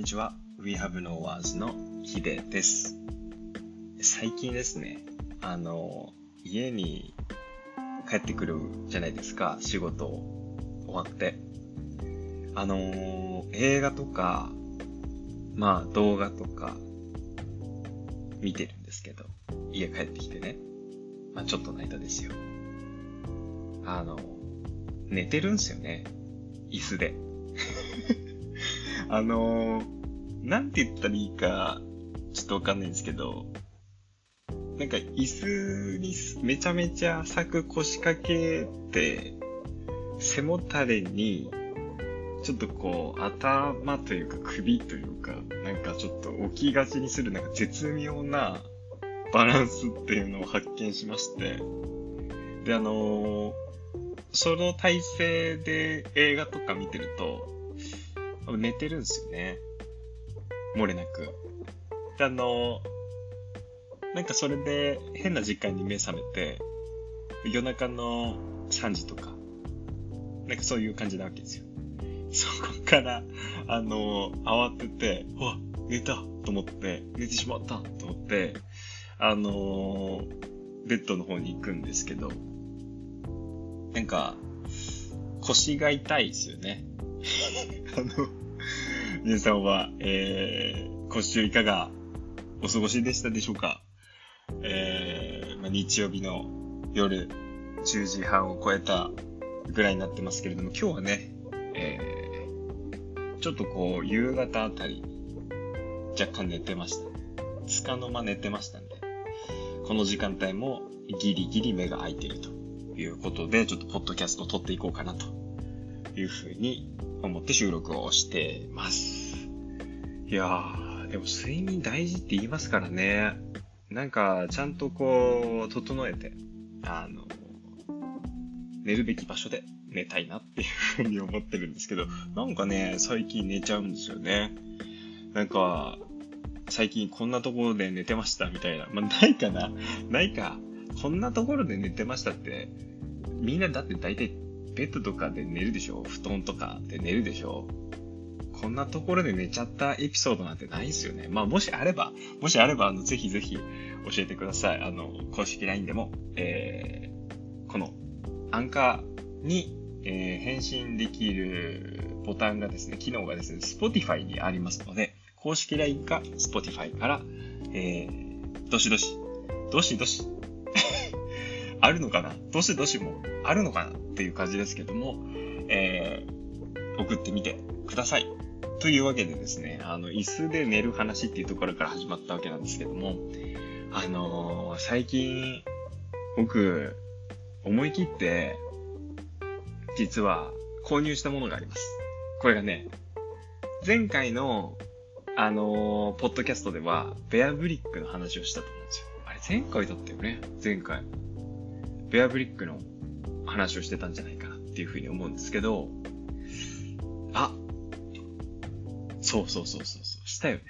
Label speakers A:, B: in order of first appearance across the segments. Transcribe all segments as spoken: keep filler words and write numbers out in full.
A: にちは。We have no words のヒデです。最近ですね、あの、家に帰ってくるじゃないですか、仕事終わって。あの、映画とか、まあ動画とか見てるんですけど、家帰ってきてね、まあちょっとの間ですよ。あの、寝てるんすよね、椅子で。あのー、なんて言ったらいいか、ちょっとわかんないんですけど、なんか椅子にめちゃめちゃ浅く腰掛けて、背もたれに、ちょっとこう、頭というか首というか、なんかちょっと起きがちにするなんか絶妙なバランスっていうのを発見しまして、で、あのー、その体勢で映画とか見てると、寝てるんですよね。漏れなく。で、あの、なんかそれで変な時間に目覚めて、夜中のさんじとか、なんかそういう感じなわけですよ。そこから、あの、慌てて、うわ、寝たと思って、寝てしまったと思って、あの、ベッドの方に行くんですけど、なんか、腰が痛いですよね。あの、皆さんは、えー、今週いかがお過ごしでしたでしょうか。えーまあ、日曜日の夜じゅうじはんを超えたぐらいになってますけれども、今日はね、えー、ちょっとこう夕方あたり若干寝てました。つかの間寝てましたんで、この時間帯もギリギリ目が開いているということで、ちょっとポッドキャストを撮っていこうかなというふうに思って収録をしてます。いやー、でも睡眠大事って言いますからね。なんかちゃんとこう整えて、あの寝るべき場所で寝たいなっていうふうに思ってるんですけど、なんかね最近寝ちゃうんですよね。なんか最近こんなところで寝てましたみたいな、まあないかな、ないか。こんなところで寝てましたってみんなだって大体ベッドとかで寝るでしょ、布団とかで寝るでしょ。こんなところで寝ちゃったエピソードなんてないですよね。まあもしあれば、もしあればあのぜひぜひ教えてください。あの公式 ライン でも、えー、このアンカーに、えー、返信できるボタンがですね、機能がですね、Spotify にありますので、公式 ライン か Spotify から、えー、どしどし、どしどしあるのかな、どしどしもあるのかなっていう感じですけども、えー、送ってみてください。というわけでですね、あの、椅子で寝る話っていうところから始まったわけなんですけども、あのー、最近、僕、思い切って、実は購入したものがあります。これがね、前回の、あのー、ポッドキャストでは、ベアブリックの話をしたと思うんですよ。あれ、前回だったよね、前回。ベアブリックの話をしてたんじゃないかなっていうふうに思うんですけど、あ、そうそうそうそうそう、したよね。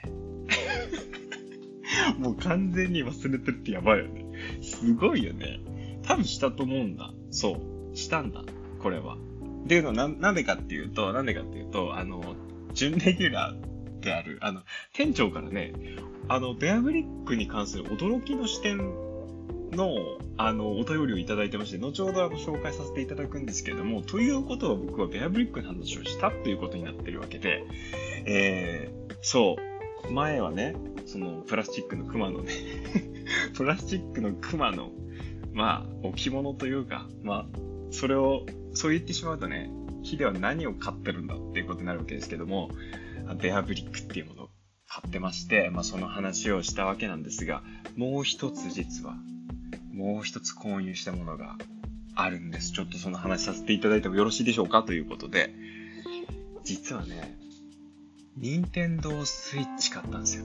A: もう完全に忘れてるってやばいよね。すごいよね。多分したと思うんだ。そう。したんだ。これは。っていうのはな、なんでかっていうと、なんでかっていうと、あの、準レギュラーである、あの、店長からね、あの、ベアブリックに関する驚きの視点の、あの、お便りをいただいてまして、後ほどあの紹介させていただくんですけれども、ということは僕はベアブリックの話をしたということになってるわけで、えー、そう、前はね、そのプラスチックのクマのね、プラスチックのクマの、まあ、置物というか、まあ、それを、そう言ってしまうとね、ヒデは何を買ってるんだっていうことになるわけですけども、ベアブリックっていうものを買ってまして、まあその話をしたわけなんですが、もう一つ実は、もう一つ購入したものがあるんです。ちょっとその話させていただいてもよろしいでしょうかということで、実はね、任天堂スイッチ買ったんですよ。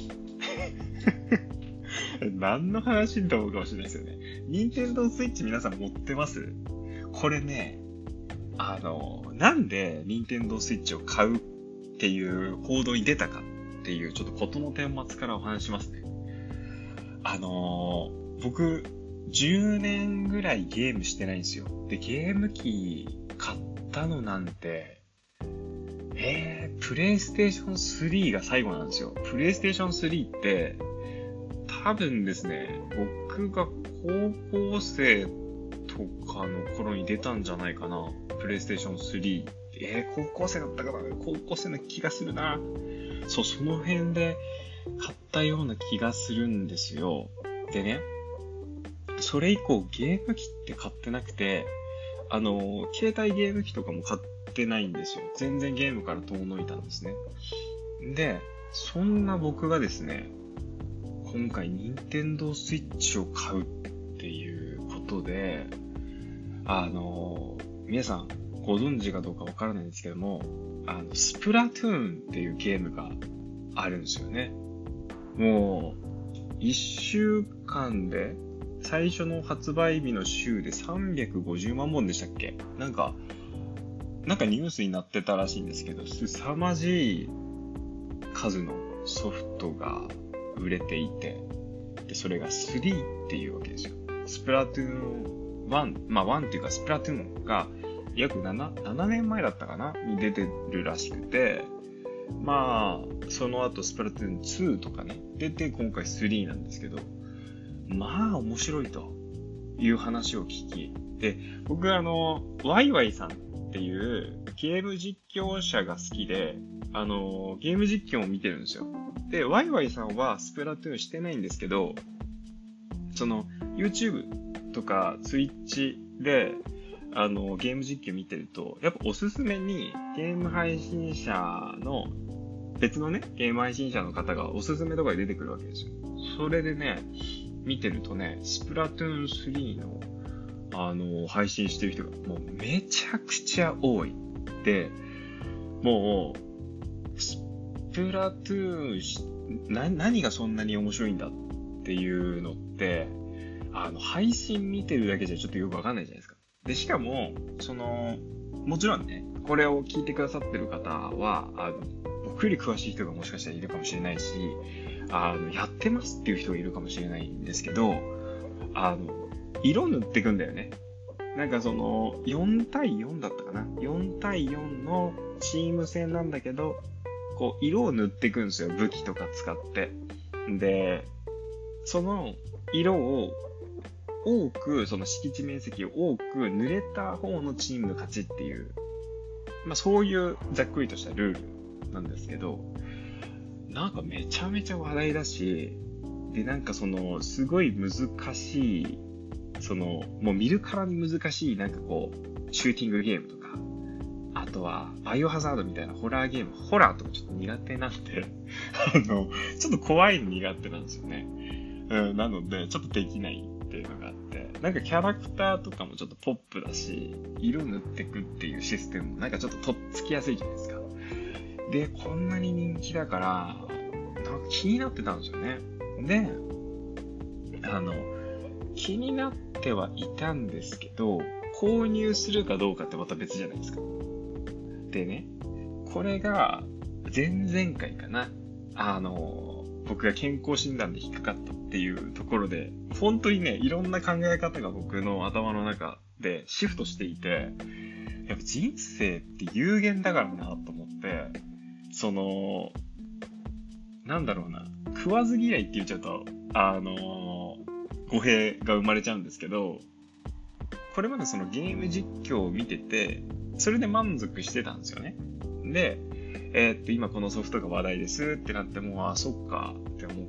A: 何の話と思うかもしれないですよね。任天堂スイッチ皆さん持ってます？これね、あの、なんで任天堂スイッチを買うっていう行動に出たかっていうちょっと事の顛末からお話しますね。あの、僕、じゅうねんぐらいゲームしてないんですよ。で、ゲーム機買ったのなんて、えープレイステーションスリーが最後なんですよ。プレイステーションスリーって、多分ですね、僕が高校生とかの頃に出たんじゃないかな。プレイステーションスリー。えー、高校生だったかな、高校生な気がするな。そう、その辺で買ったような気がするんですよ。でね、それ以降ゲーム機って買ってなくて、あの、携帯ゲーム機とかも買ってないんですよ。全然ゲームから遠のいたんですね。で、そんな僕がですね、今回任天堂スイッチを買うっていうことで、あの、皆さんご存知かどうかわからないんですけども、あの、スプラトゥーンっていうゲームがあるんですよね。もう、いっしゅうかんで、最初の発売日の週でさんびゃくごじゅうまんぼんでしたっけ？なんか、なんかニュースになってたらしいんですけど、凄まじい数のソフトが売れていて、で、それがスリーっていうわけですよ。スプラトゥーンワン、まあワンっていうかスプラトゥーンが約 7, 7年前だったかなに出てるらしくて、まあ、その後スプラトゥーンツーとかね、出て今回スリーなんですけど、まあ面白いという話を聞き、で、僕あの、ワイワイさんっていうゲーム実況者が好きで、あの、ゲーム実況を見てるんですよ。で、ワイワイさんはスプラトゥーンしてないんですけど、その YouTube とか Twitch で、あの、ゲーム実況見てると、やっぱおすすめにゲーム配信者の、別のね、ゲーム配信者の方がおすすめとかで出てくるわけですよ。それでね、見てるとね、スプラトゥーンスリーの、あの、配信してる人がもうめちゃくちゃ多い。で、もう、スプラトゥーンな、何がそんなに面白いんだっていうのって、あの、配信見てるだけじゃちょっとよくわかんないじゃないですか。で、しかも、その、もちろんね、これを聞いてくださってる方は、あの、僕より詳しい人がもしかしたらいるかもしれないし、あの、やってますっていう人がいるかもしれないんですけど、あの、色塗ってくんだよね。なんかその、よん対よんだったかな ?よん 対よんのチーム戦なんだけど、こう、色を塗ってくんですよ。武器とか使って。で、その色を多く、その敷地面積を多く塗れた方のチームの勝ちっていう、まあそういうざっくりとしたルールなんですけど、なんかめちゃめちゃ話題だし、で、なんかその、すごい難しい、その、もう見るからに難しい、なんかこう、シューティングゲームとか、あとは、バイオハザードみたいなホラーゲーム、ホラーとかちょっと苦手なんで、あの、ちょっと怖いの苦手なんですよね。うん、なので、ちょっとできないっていうのがあって、なんかキャラクターとかもちょっとポップだし、色塗ってくっていうシステムもなんかちょっととっつきやすいじゃないですか。で、こんなに人気だから、なんか気になってたんですよね。で、あの、気になってはいたんですけど、購入するかどうかってまた別じゃないですか。でね、これが前々回かな。あの、僕が健康診断で引っかかったっていうところで、本当にね、いろんな考え方が僕の頭の中でシフトしていて、やっぱ人生って有限だからなと思って、その、なんだろうな、食わず嫌いって言っちゃうと、あの、語弊が生まれちゃうんですけど、これまでそのゲーム実況を見てて、それで満足してたんですよね。で、えー、っと、今このソフトが話題ですってなっても、あ、そっかって思って、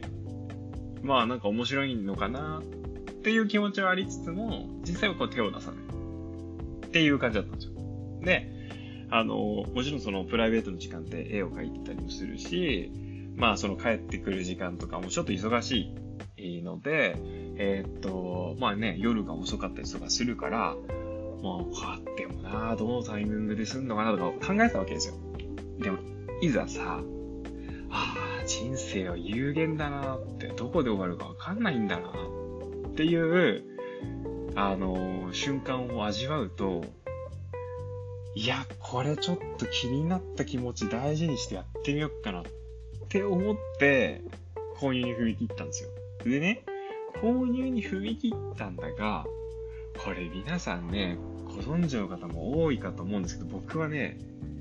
A: まあなんか面白いのかなっていう気持ちはありつつも、実際はこう手を出さないっていう感じだったんですよ。で、あの、もちろんそのプライベートの時間って絵を描いてたりもするし、まあその帰ってくる時間とかもちょっと忙しいので、えー、っと、まあね、夜が遅かったりとかするから、もう買ってもな、どのタイミングで済んのかなとか考えてたわけですよ。でも、いざさ、ああ、人生は有限だなって、どこで終わるかわかんないんだなっていう、あの、瞬間を味わうと、いや、これちょっと気になった気持ち大事にしてやってみようかなって思って、購入に踏み切ったんですよ。でね、購入に踏み切ったんだが、これ皆さんね、ご存知の方も多いかと思うんですけど、僕はね、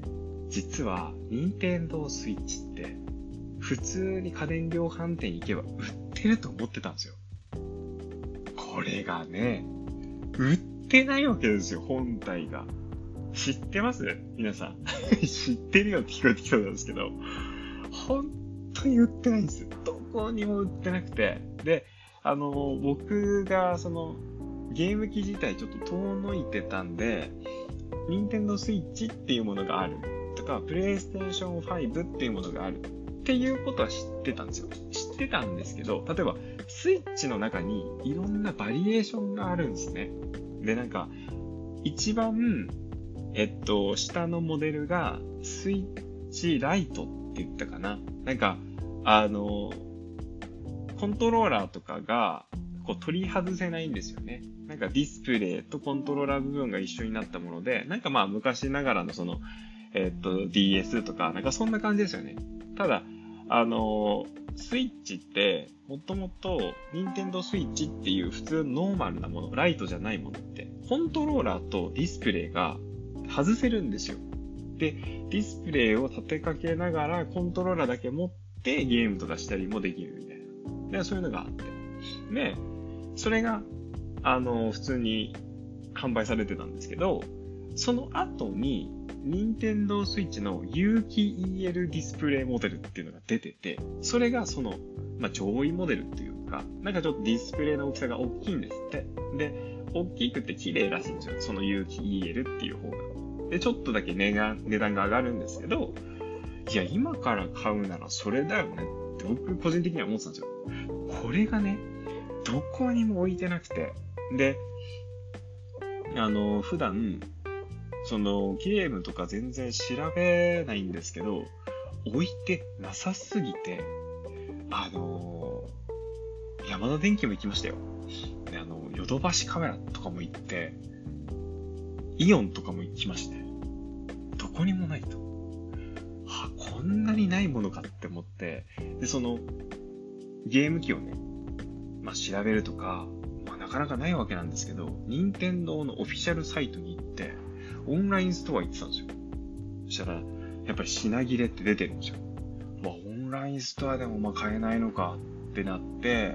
A: 実は、任天堂スイッチって、普通に家電量販店に行けば売ってると思ってたんですよ。これがね、売ってないわけですよ、本体が。知ってます皆さん。知ってるよって聞こえてきたんですけど、本当に売ってないんです。どこにも売ってなくて。で、あの、僕がその、ゲーム機自体ちょっと遠のいてたんで、任天堂スイッチっていうものがあるとか、プレイステーションファイブっていうものがあるっていうことは知ってたんですよ。知ってたんですけど、例えばスイッチの中にいろんなバリエーションがあるんですね。で、なんか、一番、えっと、下のモデルがスイッチライトって言ったかな。なんか、あの、コントローラーとかがこう取り外せないんですよね。なんかディスプレイとコントローラー部分が一緒になったもので、なんかまあ昔ながらのその、えっと、ディーエス とか、なんかそんな感じですよね。ただ、あの、スイッチって、もともと、任天堂スイッチっていう普通ノーマルなもの、ライトじゃないものって、コントローラーとディスプレイが外せるんですよ。で、ディスプレイを立てかけながら、コントローラーだけ持ってゲームとかしたりもできるみたいな。で、そういうのがあって。で、それが、あの、普通に販売されてたんですけど、その後に、任天堂スイッチの有機 イーエル ディスプレイモデルっていうのが出てて、それがその、まあ、上位モデルっていうか、なんかちょっとディスプレイの大きさが大きいんですって。で、大きくて綺麗らしいんですよ。その有機 イーエル っていう方が。で、ちょっとだけ値が、値段が上がるんですけど、いや、今から買うならそれだよねって僕個人的には思ってたんですよ。これがね、どこにも置いてなくて。で、あの、普段、そのゲームとか全然調べないんですけど、置いてなさすぎて、あのー、ヤマダ電機も行きましたよ。で、あの、ヨドバシカメラとかも行って、イオンとかも行きまして、どこにもないと。は、こんなにないものかって思って、で、その、ゲーム機をね、まあ、調べるとか、まあ、なかなかないわけなんですけど、任天堂のオフィシャルサイトに行って、オンラインストア行ってたんですよ。そしたら、やっぱり品切れって出てるんですよ。まあ、オンラインストアでもまあ買えないのかってなって、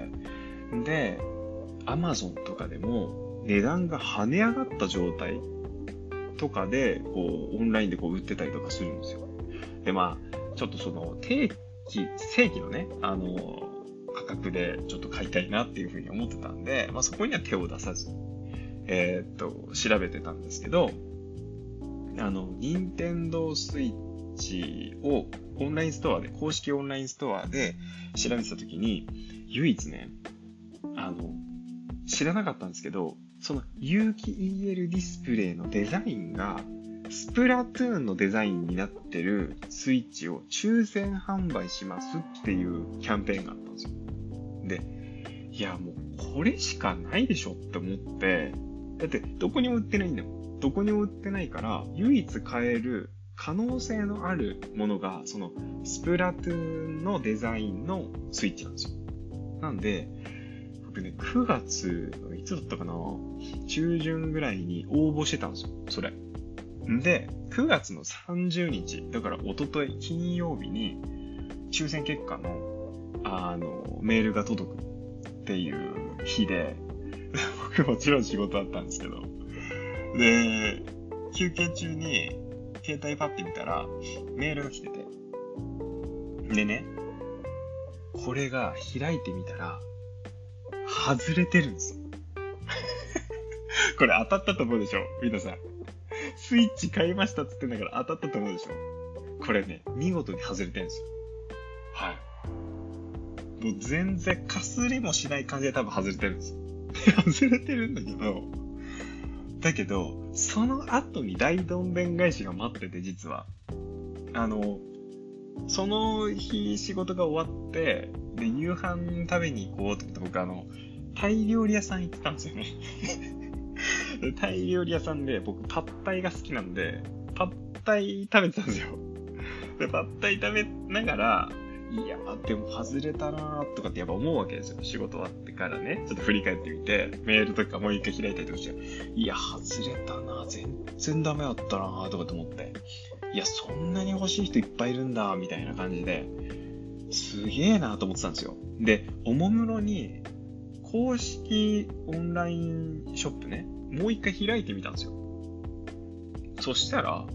A: で、アマゾンとかでも値段が跳ね上がった状態とかで、こう、オンラインでこう売ってたりとかするんですよ。で、まあ、ちょっとその、定期、正規のね、あの、価格でちょっと買いたいなっていうふうに思ってたんで、まあそこには手を出さず、えー、っと、調べてたんですけど、あの、任天堂スイッチをオンラインストアで、公式オンラインストアで調べてたときに、唯一ね、あの、知らなかったんですけど、その有機 イーエル ディスプレイのデザインが、スプラトゥーンのデザインになってるスイッチを抽選販売しますっていうキャンペーンがあったんですよ。で、いやもうこれしかないでしょって思って、だってどこにも売ってないんだもん。どこにも売ってないから、唯一買える可能性のあるものが、そのスプラトゥーンのデザインのスイッチなんですよ。なんで、僕ね、くがつ、いつだったかな、中旬ぐらいに応募してたんですよ、それ。で、くがつのさんじゅうにち、だから一昨日金曜日に抽選結果の、あの、メールが届くっていう日で、僕もちろん仕事あったんですけど、で、休憩中に携帯パッて見たらメールが来てて、でね、これが開いてみたら外れてるんですよ。これ当たったと思うでしょ皆さん。スイッチ買いましたって言ってんだから当たったと思うでしょ。これね、見事に外れてるんですよ。はい。もう全然かすりもしない感じで多分外れてるんですよ。外れてるんだけど、だけど、その後に大どんでん返しが待ってて、実は。あの、その日仕事が終わって、で、夕飯食べに行こうと思って僕あの、タイ料理屋さん行ってたんですよね。タイ料理屋さんで僕パッタイが好きなんで、パッタイ食べてたんですよ。で、パッタイ食べながら、いやーでも外れたなーとかってやっぱ思うわけですよ。仕事終わってからね、ちょっと振り返ってみて、メールとかもう一回開いたりとかして、いや、外れたなー、全然ダメだったなーとかと思って、 いや、そんなに欲しい人いっぱいいるんだ、みたいな感じで、すげえなと思ってたんですよ。で、おもむろに、公式オンラインショップね、もう一回開いてみたんですよ。そしたら、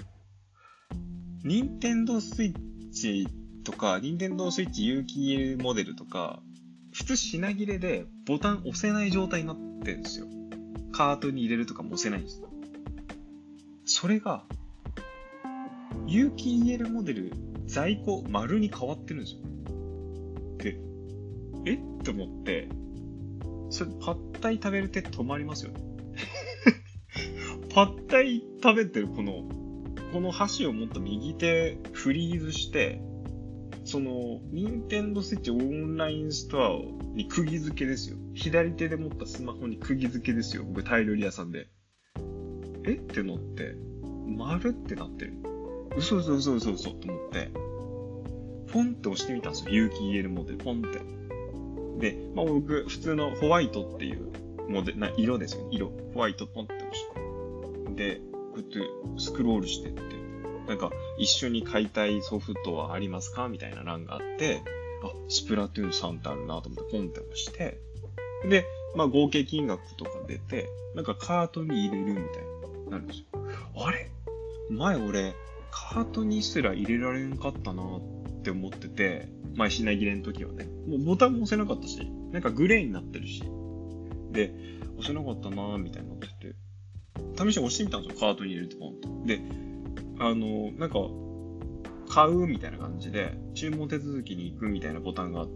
A: 任天堂スイッチとか、任天堂スイッチ有機モデルとか、普通品切れでボタン押せない状態になってるんですよ。カートに入れるとかも押せないんです。それが、有機 イーエル モデル在庫丸に変わってるんですよ。で、えって思って、それパッタイ食べるって止まりますよね。パッタイ食べてるこの、この箸を持った右手フリーズして、その、任天堂スイッチオンラインストアに釘付けですよ。左手で持ったスマホに釘付けですよ。僕、タイ料理屋さんで。えってなって、丸ってなってる。嘘嘘嘘嘘嘘と思って、ポンって押してみたんですよ。有機 イーエル モデル、ポンって。で、まあ僕、普通のホワイトっていうモデル、な色ですよね。色。ホワイトポンって押して。で、こうやってスクロールしてって、なんか、一緒に買いたいソフトはありますかみたいな欄があって、あ、スプラトゥーンさんってあるなと思ってポンって押して、で、まあ合計金額とか出て、なんかカートに入れるみたいな、なるんですよ。あれ前俺、カートにすら入れられんかったなって思ってて、前品切れの時はね、もうボタンも押せなかったし、なんかグレーになってるし、で、押せなかったなみたいになってて、試しに押してみたんですよ、カートに入れるってポンって。で、あの、なんか、買うみたいな感じで、注文手続きに行くみたいなボタンがあって、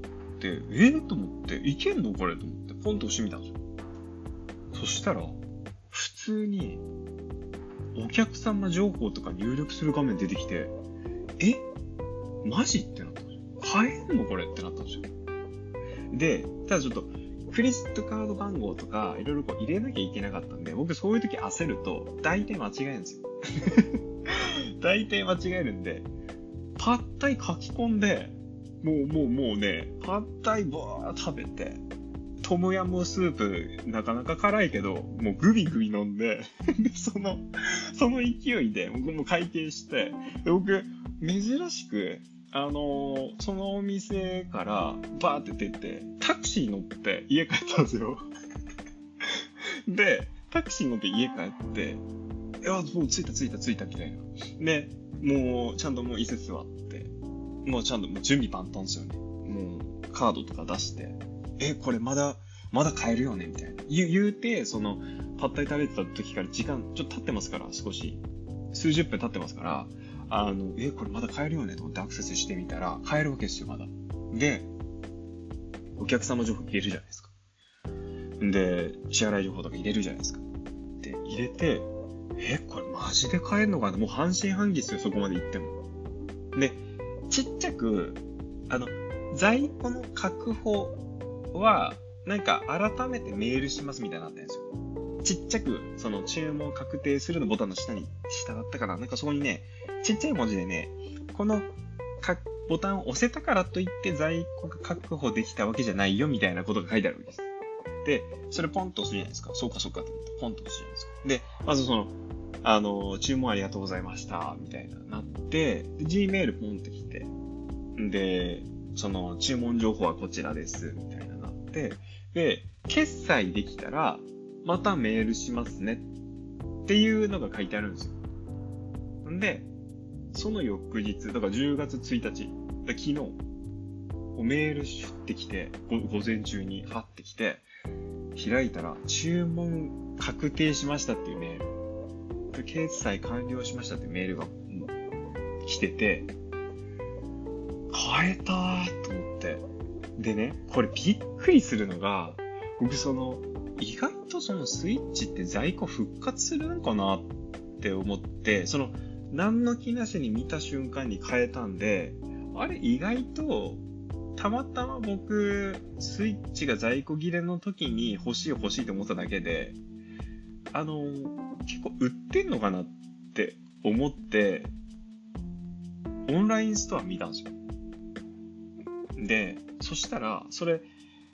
A: えー、と思って、いけんのこれと思って、ポンと押してみたんですよ。そしたら、普通に、お客様情報とか入力する画面出てきて、えマジってなったんですよ。買えんのこれってなったんですよ。で、ただちょっと、クレジットカード番号とか、いろいろこう入れなきゃいけなかったんで、僕そういう時焦ると、大体間違えるんですよ。大体間違えるんで、パッタイ書き込んで、もうもうもうね、パッタイバー食べて、トムヤムスープなかなか辛いけど、もうグビグビ飲んで、でその、その勢いで僕も会計して、で僕、珍しく、あのー、そのお店からバーって出て、タクシー乗って家帰ったんですよ。で、タクシー乗って家帰って、いや、もう着いた着いた着いたみたいな。で、もうちゃんともう椅子座って、もうちゃんともう準備万端ですよね。もうカードとか出して、え、これまだ、まだ買えるよねみたいな。言う、言うて、その、パッタイ食べてた時から時間、ちょっと経ってますから、少し。数十分経ってますから、あの、え、これまだ買えるよねと思ってアクセスしてみたら、買えるわけですよ、まだ。で、お客様情報入れるじゃないですか。で、支払い情報とか入れるじゃないですか。で、入れて、え、これマジで買えんのかなもう半信半疑ですよ、そこまで行っても。で、ちっちゃく、あの、在庫の確保は、なんか改めてメールしますみたいになってるんですよ。ちっちゃく、その注文確定するのボタンの下に、下だったかななんかそこにね、ちっちゃい文字でね、このかボタンを押せたからといって在庫が確保できたわけじゃないよみたいなことが書いてあるわけです。で、それポンと押すじゃないですか。そうかそうかと思って、ポンと押すじゃないですか。で、まずその、あの、注文ありがとうございました、みたいななって、で Gmail ポンってきて、で、その、注文情報はこちらです、みたいななって、で、決済できたら、またメールしますね、っていうのが書いてあるんですよ。んで、その翌日、だからじゅうがつついたち、昨日、メールしてきて、午前中に貼ってきて、開いたら、注文確定しましたっていうメール。決済完了しましたっていうメールが来てて、買えたーと思って。でね、これびっくりするのが、僕その、意外とそのスイッチって在庫復活するのかなって思って、その、何の気なしに見た瞬間に買えたんで、あれ意外と、たまたま僕、スイッチが在庫切れの時に欲しい欲しいと思っただけで、あの、結構売ってんのかなって思って、オンラインストア見たんですよ。で、そしたら、それ、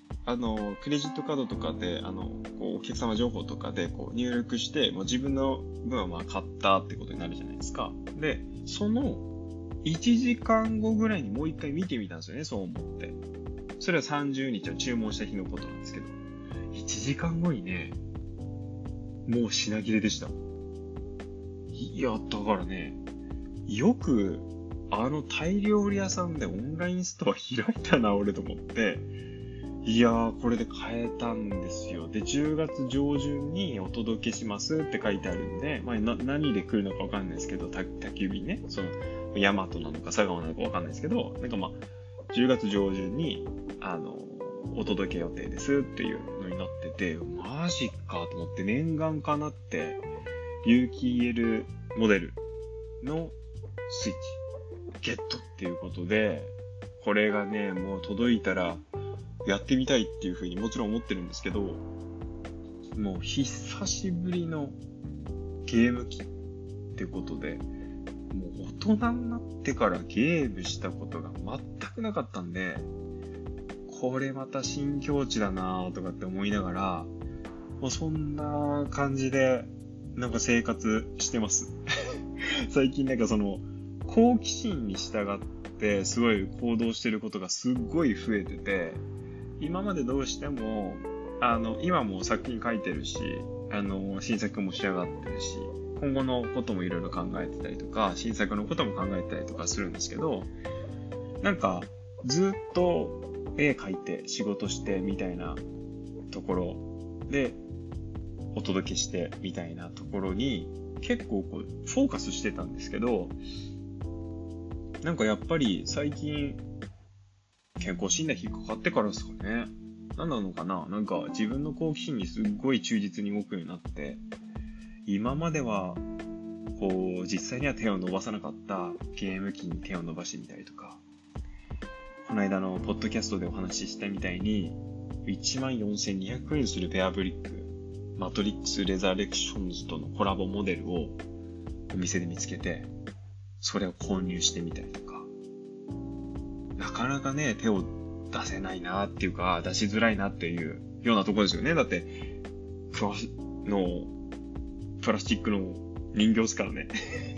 A: あの、クレジットカードとかで、あの、こう、お客様情報とかで、こう、入力して、もう自分の分はまあ買ったってことになるじゃないですか。で、その、いちじかんごぐらいにもう一回見てみたんですよね、そう思って。それはさんじゅうにちを注文した日のことなんですけど、いちじかんごにね、もう品切れでした。いや、だからね、よく、あのタイ料理屋さんでオンラインストア開いたな、俺と思って、いやー、これで買えたんですよ。で、じゅうがつ上旬にお届けしますって書いてあるんで、まあ、な何で来るのかわかんないですけど、宅急便ね、その、ヤマトなのか佐川なのかわかんないですけど、なんかまあ、じゅうがつ上旬に、あの、お届け予定ですっていうのになってて、マジかと思って念願かなって、有機 イーエル モデルのスイッチゲットっていうことで、これがね、もう届いたらやってみたいっていうふうにもちろん思ってるんですけど、もう久しぶりのゲーム機ってことで、もう大人になってからゲームしたことが全くなかったんで、これまた新境地だなとかって思いながら、もうそんな感じでなんか生活してます最近なんかその好奇心に従ってすごい行動してることがすっごい増えてて、今までどうしてもあの今も作品書いてるし、あの新作も仕上がってるし、今後のこともいろいろ考えてたりとか、新作のことも考えてたりとかするんですけど、なんかずっと絵描いて仕事してみたいなところでお届けしてみたいなところに結構こうフォーカスしてたんですけど、なんかやっぱり最近健康診断引っかかってからですかね。何なのかな、なんか自分の好奇心にすっごい忠実に動くようになって、今まではこう実際には手を伸ばさなかったゲーム機に手を伸ばしてみたりとか、この間のポッドキャストでお話ししたみたいに いちまんよんせんにひゃくえんするペアブリックマトリックスレザレクションズとのコラボモデルをお店で見つけて、それを購入してみたりとか、なかなかね手を出せないなっていうか、出しづらいなっていうようなところですよね。だってプラのプラスチックの人形ですからね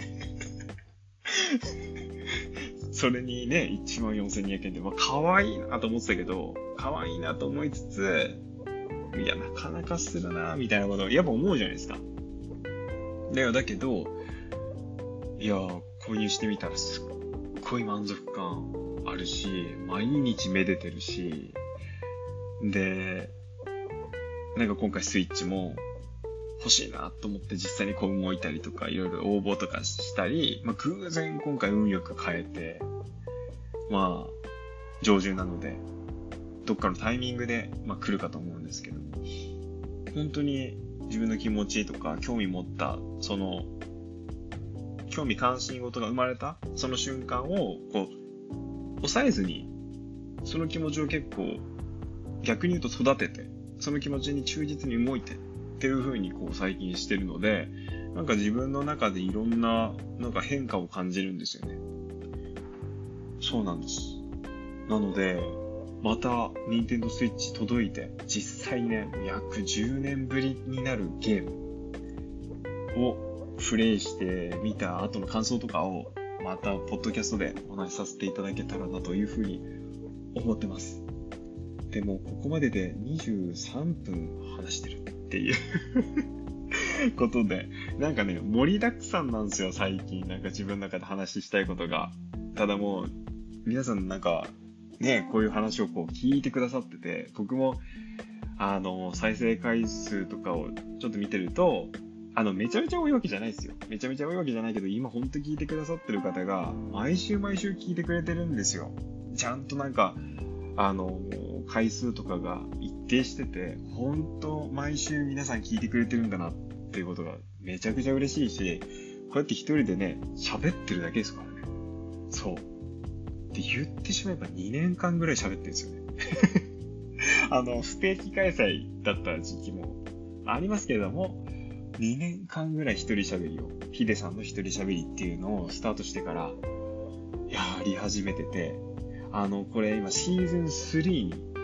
A: それにね いちまんよんせんにひゃくえんで、まあ可愛いなと思ってたけど、可愛いなと思いつつ、いやなかなかするなみたいなことをやっぱ思うじゃないですか。だよだけど、いや購入してみたらすっごい満足感あるし、毎日めでてるし、でなんか今回スイッチも欲しいなと思って実際にこう動いたりとか、いろいろ応募とかしたり、まあ、偶然今回運よく変えて、まあ上旬なのでどっかのタイミングで、まあ、来るかと思うんですけど、本当に自分の気持ちとか興味持ったその興味関心事が生まれたその瞬間をこう抑えずに、その気持ちを結構逆に言うと育てて、その気持ちに忠実に動いてっていう風にこう最近してるので、なんか自分の中でいろんななんか変化を感じるんですよね。そうなんです。なのでまたニンテンドースイッチ届いて、実際ね約じゅうねんぶりになるゲームをプレイしてみた後の感想とかをまたポッドキャストでお話しさせていただけたらなというふうに思ってます。でもここまででにじゅうさんぷん話してるっていうことで、なんかね盛りだくさんなんですよ最近。なんか自分の中で話したいことが、ただもう皆さんなんかねこういう話をこう聞いてくださってて、僕もあの再生回数とかをちょっと見てると、あのめちゃめちゃ多いわけじゃないですよ。めちゃめちゃ多いわけじゃないけど、今ほんと聞いてくださってる方が毎週毎週聞いてくれてるんですよ。ちゃんとなんかあの回数とかが一定してて、ほんと毎週皆さん聞いてくれてるんだなっていうことがめちゃくちゃ嬉しいし、こうやって一人でね喋ってるだけですからね。そうで言ってしまえばにねんかんぐらい喋ってるんですよねあの不定期開催だった時期もありますけれども、にねんかんぐらい一人喋りを、ヒデさんの一人喋りっていうのをスタートしてからやり始めてて、あのこれ今シーズンスリーに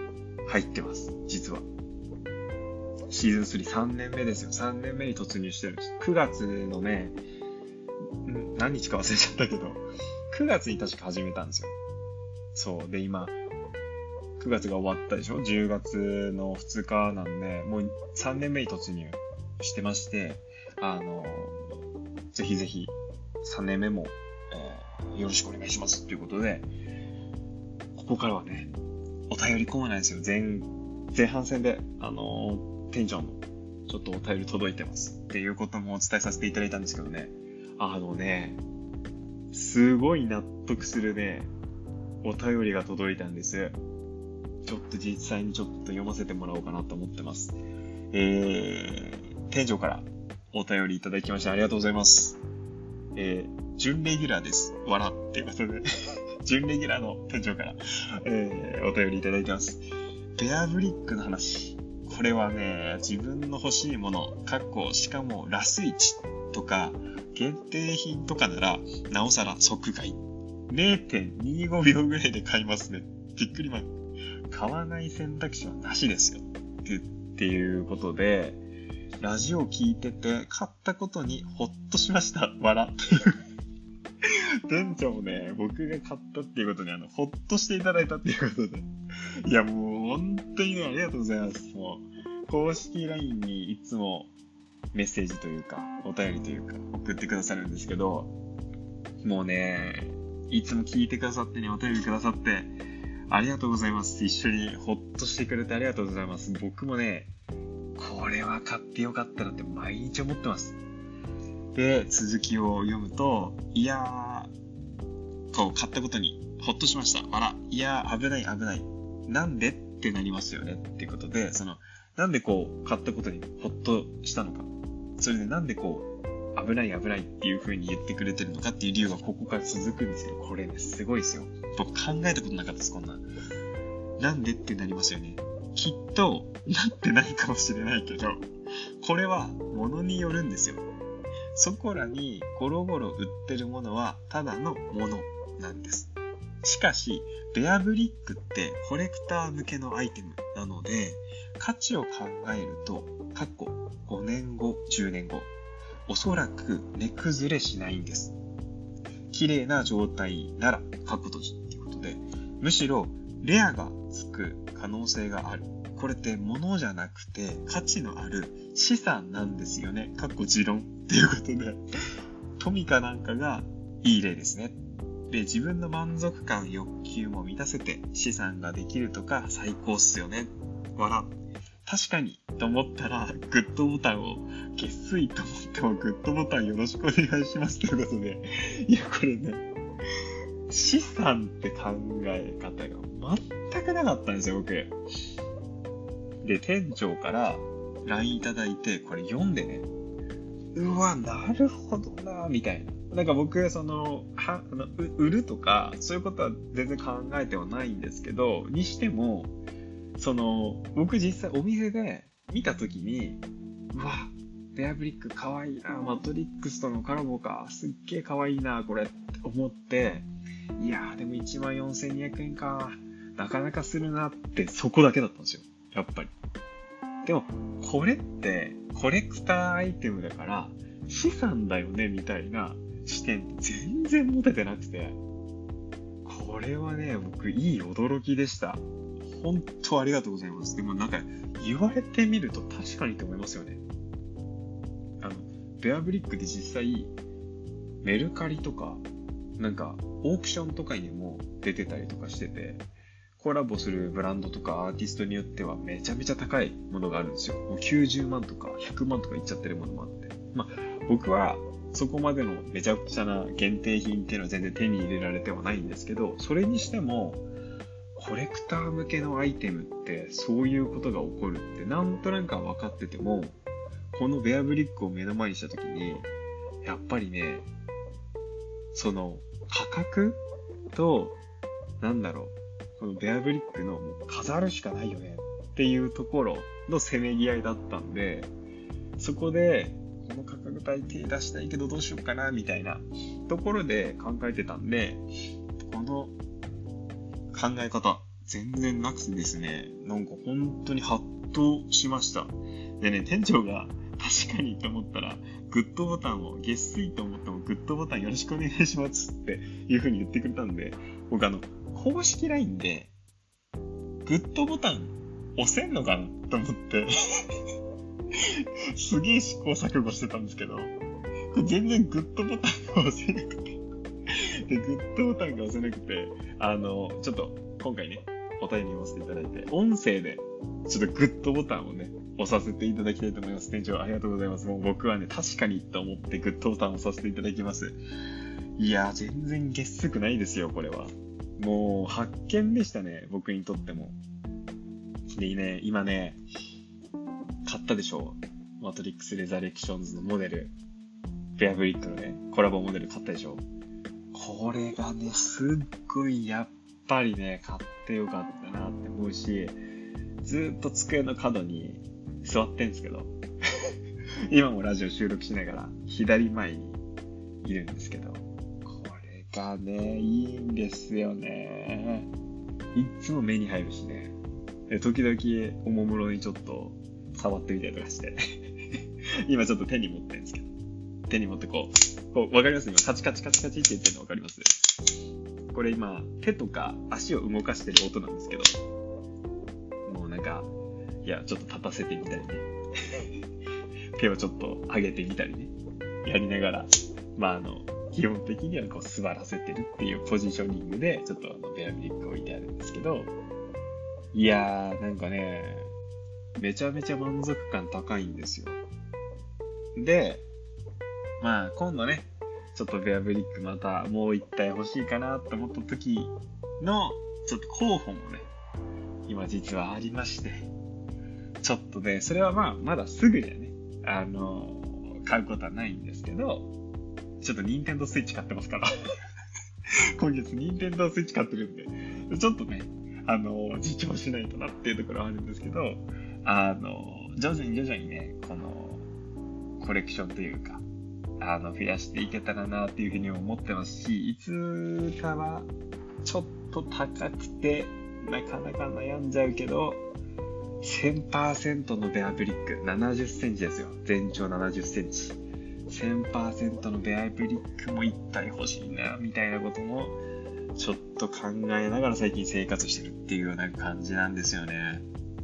A: 入ってます、実は。シーズンスリー、さんねんめですよ。さんねんめに突入してるんです。くがつのね、ん何日か忘れちゃったけど、くがつに確か始めたんですよ。そう。で、今、くがつが終わったでしょ ?じゅうがつのふつかなんで、もうさんねんめに突入してまして、あの、ぜひぜひさんねんめも、えー、よろしくお願いしますということで、ここからはね、お便りコーナーですよ。前、前半戦で、あのー、店長のちょっとお便り届いてますっていうこともお伝えさせていただいたんですけどね、あのね、すごい納得するね、お便りが届いたんです。ちょっと実際にちょっと読ませてもらおうかなと思ってます。えー、店長からお便りいただきましてありがとうございます。えー、準レギュラーです。笑っていうことで。準レギュラーの店長から、えー、お便りいただいてます。ベアブリックの話。これはね、自分の欲しいもの、かっこ、しかもラスいちとか、限定品とかなら、なおさら即買い。れいてんにごびょうぐらいで買いますね。びっくりマーク。買わない選択肢はなしですよ。ってっていうことで、ラジオを聞いてて、買ったことにほっとしました。笑っていう。店長もね、僕が買ったっていうことに、あの、ほっとしていただいたっていうことで。いや、もう、本当にね、ありがとうございます。もう、公式 ライン にいつもメッセージというか、お便りというか、送ってくださるんですけど、もうね、いつも聞いてくださってね、お便りくださって、ありがとうございます。一緒にほっとしてくれてありがとうございます。僕もね、これは買ってよかったなって毎日思ってます。で、続きを読むと、いやー、こう、買ったことにほっとしました。あら、いやー、危ない危ない。なんでってなりますよねっていうことで、その、なんでこう、買ったことにほっとしたのか。それでなんでこう、危ない危ないっていう風に言ってくれてるのかっていう理由がここから続くんですけど、これね、すごいですよ。僕考えたことなかったです、こんな。なんでってなりますよね。きっと、なってないかもしれないけど、これは物によるんですよ。そこらにゴロゴロ売ってるものはただのものなんです。しかし、ベアブリックってコレクター向けのアイテムなので、価値を考えると、過去ごねんご、じゅうねんご、おそらく値崩れしないんです。綺麗な状態なら過去閉じっていうことで、むしろレアがつく可能性がある。これって物じゃなくて価値のある資産なんですよね。かっこ持論っていうことで、トミカなんかがいい例ですね。で、自分の満足感、欲求も満たせて資産ができるとか最高っすよね。笑。確かにと思ったらグッドボタンを、決意と思ってもグッドボタンよろしくお願いしますということで、いやこれね、資産って考え方が全くなかったんですよ、僕。で、店長から ライン いただいて、これ読んでね、うわ、なるほどな、みたいな。なんか僕、その、は、あの、売るとか、そういうことは全然考えてはないんですけど、にしても、その、僕実際お店で見たときに、うわ、ベアブリックかわいいな、マトリックスとのコラボか、すっげえかわいいな、これって思って、いやーでもいちまんよんせんにひゃくえんか、なかなかするなって、そこだけだったんですよ。やっぱり。でも、これって、コレクターアイテムだから、資産だよね、みたいな視点、全然持ててなくて、これはね、僕、いい驚きでした。本当ありがとうございます。でもなんか、言われてみると確かにと思いますよね。あの、ベアブリックで実際、メルカリとか、なんか、オークションとかにも出てたりとかしてて、コラボするブランドとかアーティストによってはめちゃめちゃ高いものがあるんですよ。もうきゅうじゅうまんとかひゃくまんとかいっちゃってるものもあって。まあ、僕はそこまでのめちゃくちゃな限定品っていうのは全然手に入れられてはないんですけど、それにしても、コレクター向けのアイテムってそういうことが起こるってなんとなく分かってても、このベアブリックを目の前にしたときに、やっぱりね、その価格と、なんだろう、このベアブリックの飾るしかないよねっていうところのせめぎ合いだったんで、そこでこの価格帯手出したいけどどうしようかなみたいなところで考えてたんで、この考え方全然なくてですね、なんか本当にハッとしました。でね、店長が確かにと思ったら、グッドボタンを、月水と思ってもグッドボタンよろしくお願いしますっていう風に言ってくれたんで、僕あの、公式 ライン で、グッドボタン押せんのかなと思って、すげえ試行錯誤してたんですけど、これ全然グッドボタンが押せなくて、で、グッドボタンが押せなくて、あの、ちょっと今回ね、お便りをさせていただいて、音声で、ちょっとグッドボタンをね、押させていただきたいと思います。店長、ありがとうございます。もう僕はね、確かにと思ってグッドボタンを押させていただきます。いやー、全然月足ないですよ、これは。もう、発見でしたね、僕にとっても。でね、今ね、買ったでしょ、マトリックス・レザレクションズのモデル。ベアブリックのね、コラボモデル買ったでしょ。これがね、すっごいやっぱりね、買ってよかったなって思うし、ずーっと机の角に座ってんですけど、今もラジオ収録しながら左前にいるんですけど、これがね、いいんですよね。いっつも目に入るしね。で時々おもむろにちょっと触ってみたりとかして、今ちょっと手に持ってるんですけど、手に持ってこう、こうわかります？今カチカチカチカチって言ってるのわかります？これ今手とか足を動かしてる音なんですけど、もうなんか、いや、ちょっと立たせてみたりね。手をちょっと上げてみたりね。やりながら、まああの、基本的にはこう座らせてるっていうポジショニングで、ちょっとあの、ベアブリック置いてあるんですけど、いやー、なんかね、めちゃめちゃ満足感高いんですよ。で、まあ今度ね、ちょっとベアブリックまたもう一体欲しいかなと思った時の、ちょっと候補もね、今実はありまして、ちょっとね、それはまあまだすぐにはね、あの買うことはないんですけど、ちょっとニンテンドースイッチ買ってますから今月ニンテンドースイッチ買ってるんで、ちょっとね、あの自重しないとなっていうところはあるんですけど、あの徐々に徐々にね、このコレクションというか、あの増やしていけたらなっていうふうに思ってますし、いつかはちょっと高くてなかなか悩んじゃうけど、 せんパーセント のベアブリックななじゅっセンチですよ。全長ななじゅっセンチ、 せんパーセント のベアブリックも一体欲しいなみたいなこともちょっと考えながら最近生活してるっていうような感じなんですよね。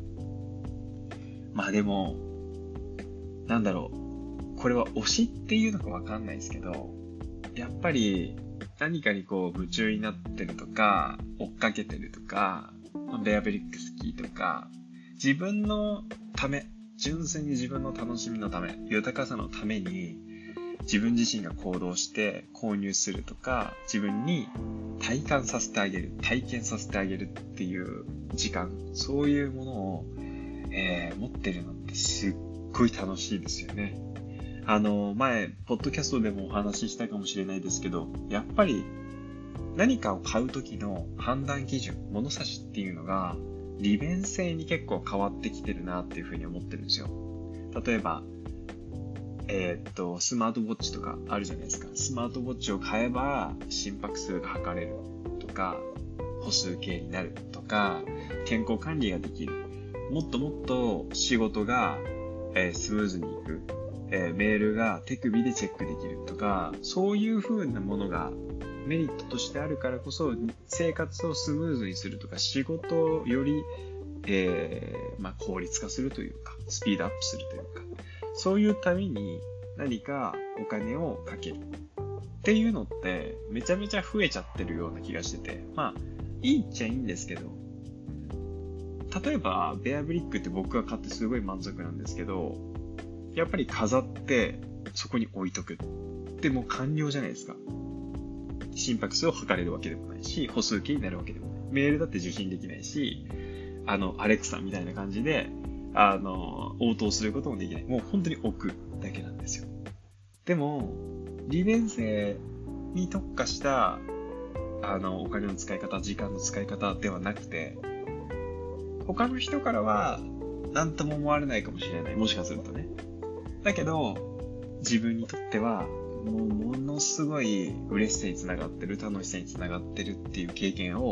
A: まあでもなんだろう、これは推しっていうのかわかんないですけど、やっぱり何かにこう夢中になってるとか、追っかけてるとか、ベアブリック好きとか、自分のため、純粋に自分の楽しみのため、豊かさのために自分自身が行動して購入するとか、自分に体感させてあげる、体験させてあげるっていう時間、そういうものを、えー、持ってるのってすっごい楽しいですよね。あの前ポッドキャストでもお話ししたかもしれないですけど、やっぱり何かを買う時の判断基準、物差しっていうのが利便性に結構変わってきてるなっていうふうに思ってるんですよ。例えばえー、っとスマートウォッチとかあるじゃないですか。スマートウォッチを買えば心拍数が測れるとか、歩数計になるとか、健康管理ができる、もっともっと仕事が、えー、スムーズにいく、えー、メールが手首でチェックできるとか、そういう風なものがメリットとしてあるからこそ、生活をスムーズにするとか、仕事をより、えーまあ、効率化するというか、スピードアップするというか、そういうために何かお金をかけるっていうのってめちゃめちゃ増えちゃってるような気がしてて、まあいいっちゃいいんですけど、例えばベアブリックって僕が買ってすごい満足なんですけど、やっぱり飾ってそこに置いとくってもう完了じゃないですか。心拍数を測れるわけでもないし、歩数計になるわけでもない。メールだって受信できないし、あのアレクサみたいな感じであの応答することもできない。もう本当に置くだけなんですよ。でも利便性に特化したあのお金の使い方、時間の使い方ではなくて、他の人からは何とも思われないかもしれない。もしかするとね。だけど自分にとってはもうものすごい嬉しさにつながってる、楽しさにつながってるっていう経験を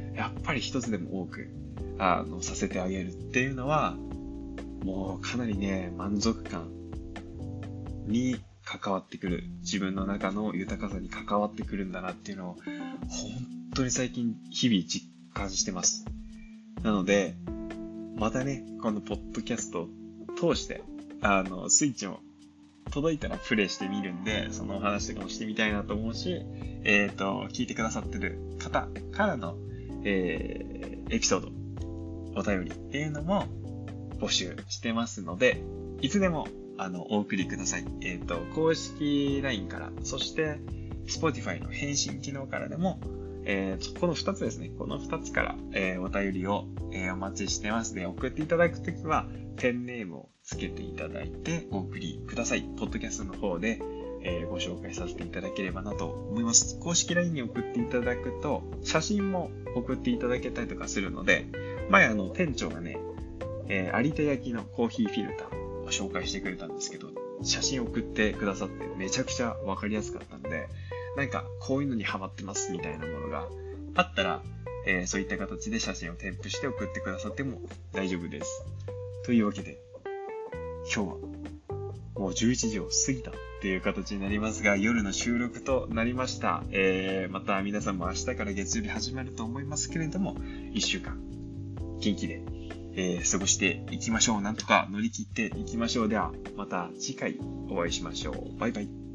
A: やっぱり一つでも多く、あの、させてあげるっていうのは、もうかなりね、満足感に関わってくる。自分の中の豊かさに関わってくるんだなっていうのを、本当に最近、日々実感してます。なので、またね、このポッドキャストを通して、あの、スイッチも届いたらプレイしてみるんで、そのお話とかもしてみたいなと思うし、えっと、聞いてくださってる方からの、えー、エピソード、お便りっていうのも募集してますので、いつでも、あの、お送りください。えっと、公式 ライン から、そして、Spotify の返信機能からでも、えー、このふたつですね。このふたつから、えー、お便りを、えー、お待ちしてますので、送っていただくときは、ペンネームをつけていただいてお送りください。ポッドキャストの方で、えー、ご紹介させていただければなと思います。公式 ライン に送っていただくと、写真も送っていただけたりとかするので、前あの、店長がね、えー、有田焼のコーヒーフィルターを紹介してくれたんですけど、写真送ってくださってめちゃくちゃわかりやすかったんで、なんかこういうのにハマってますみたいなものがあったら、えー、そういった形で写真を添付して送ってくださっても大丈夫です。というわけで、今日はもうじゅういちじを過ぎたっていう形になりますが、夜の収録となりました。えー、また皆さんも明日から月曜日始まると思いますけれども、いっしゅうかん元気で、えー、過ごしていきましょう。なんとか乗り切っていきましょう。ではまた次回お会いしましょう。バイバイ。